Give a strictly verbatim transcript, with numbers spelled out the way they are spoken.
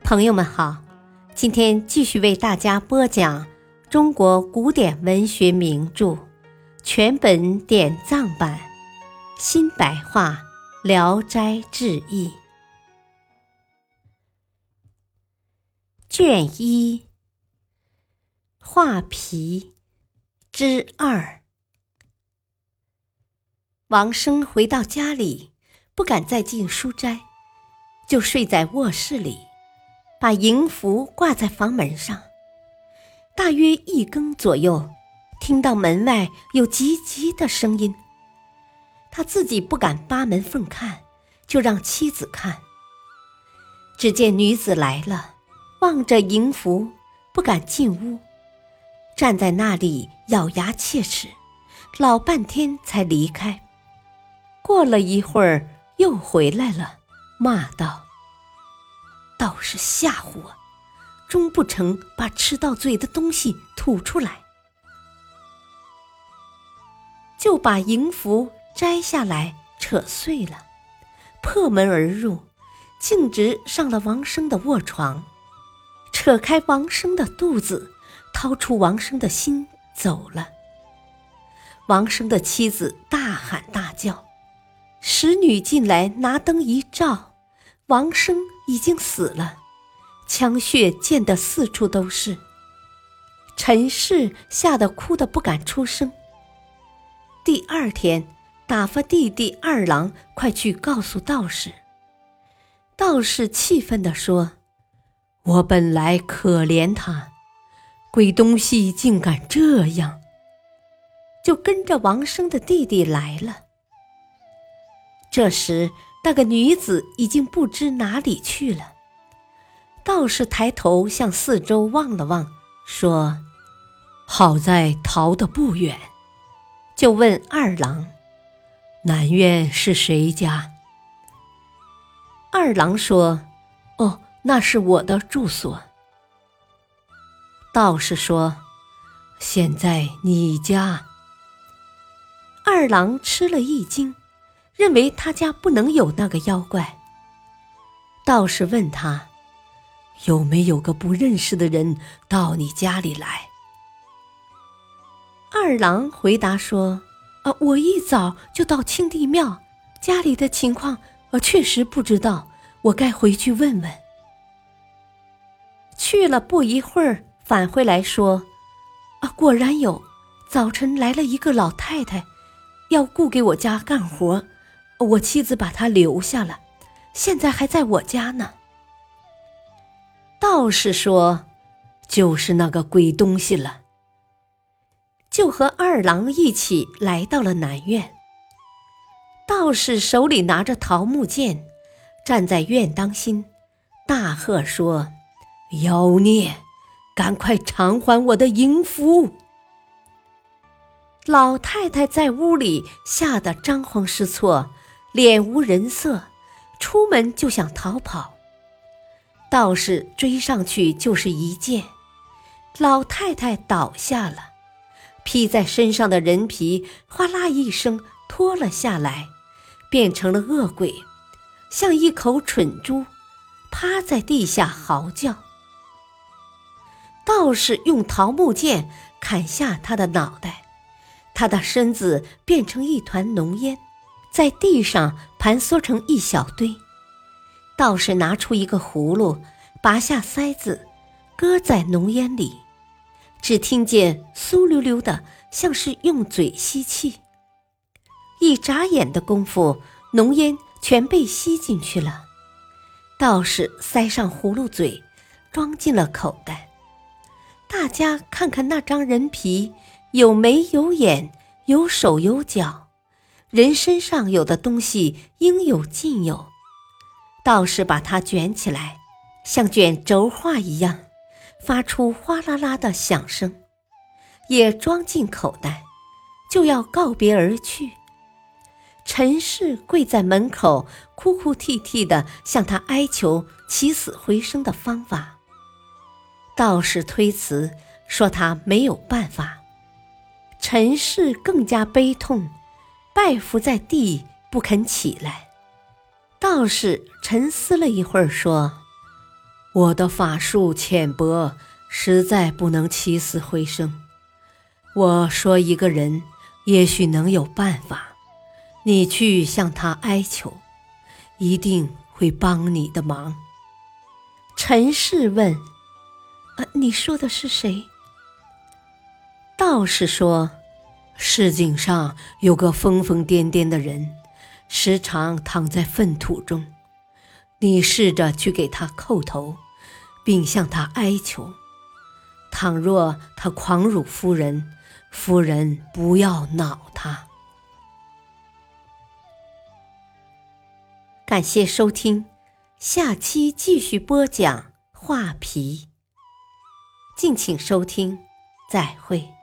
朋友们好，今天继续为大家播讲中国古典文学名著全本典藏版新白话聊斋志异卷一画皮之二。王生回到家里，不敢再进书斋，就睡在卧室里，把迎符挂在房门上。大约一更左右，听到门外有急急的声音，他自己不敢扒门缝看，就让妻子看。只见女子来了，望着迎符，不敢进屋，站在那里咬牙切齿，老半天才离开。过了一会儿又回来了，骂道：倒是吓唬我，终不成把吃到嘴的东西吐出来。就把迎符摘下来扯碎了，破门而入，径直上了王生的卧床，扯开王生的肚子，掏出王生的心走了。王生的妻子大喊大叫，使女进来拿灯一照，王生已经死了，枪血溅得四处都是。陈氏吓得哭得不敢出声。第二天打发弟弟二郎快去告诉道士。道士气愤地说：我本来可怜他，鬼东西竟敢这样，就跟着王生的弟弟来了。这时那个女子已经不知哪里去了。道士抬头向四周望了望，说：好在逃得不远。就问二郎：南院是谁家？二郎说：哦，那是我的住所。道士说：现在你家。二郎吃了一惊，认为他家不能有那个妖怪。道士问他：有没有个不认识的人到你家里来？二郎回答说：啊，我一早就到清帝庙，家里的情况我确实不知道，我该回去问问。去了不一会儿，返回来说：啊，果然有，早晨来了一个老太太，要雇给我家干活，我妻子把她留下了，现在还在我家呢。道士说：就是那个鬼东西了。就和二郎一起来到了南院。道士手里拿着桃木剑，站在院当心，大喝说：妖孽，赶快偿还我的迎符！老太太在屋里吓得张皇失措，脸无人色，出门就想逃跑。道士追上去就是一剑，老太太倒下了，披在身上的人皮哗啦一声脱了下来，变成了恶鬼，像一口蠢猪，趴在地下嚎叫。道士用桃木剑砍下他的脑袋，他的身子变成一团浓烟，在地上盘缩成一小堆。道士拿出一个葫芦，拔下塞子，搁在浓烟里，只听见酥溜溜的，像是用嘴吸气。一眨眼的功夫，浓烟全被吸进去了。道士塞上葫芦嘴，装进了口袋。大家看看那张人皮，有眉有眼，有手有脚，人身上有的东西应有尽有。道士把它卷起来，像卷轴画一样，发出哗啦啦的响声，也装进口袋，就要告别而去。陈氏跪在门口，哭哭啼啼地向他哀求起死回生的方法。道士推辞，说他没有办法。陈氏更加悲痛，拜伏在地不肯起来。道士沉思了一会儿，说： 我的法术浅薄，实在不能起死回生。我说一个人也许能有办法，你去向他哀求，一定会帮你的忙。”陈氏问：“啊，你说的是谁？”道士说：“市井上有个疯疯癫癫的人，时常躺在粪土中，你试着去给他叩头，并向他哀求。倘若他狂辱夫人，夫人不要恼他。”感谢收听，下期继续播讲画皮。敬请收听，再会。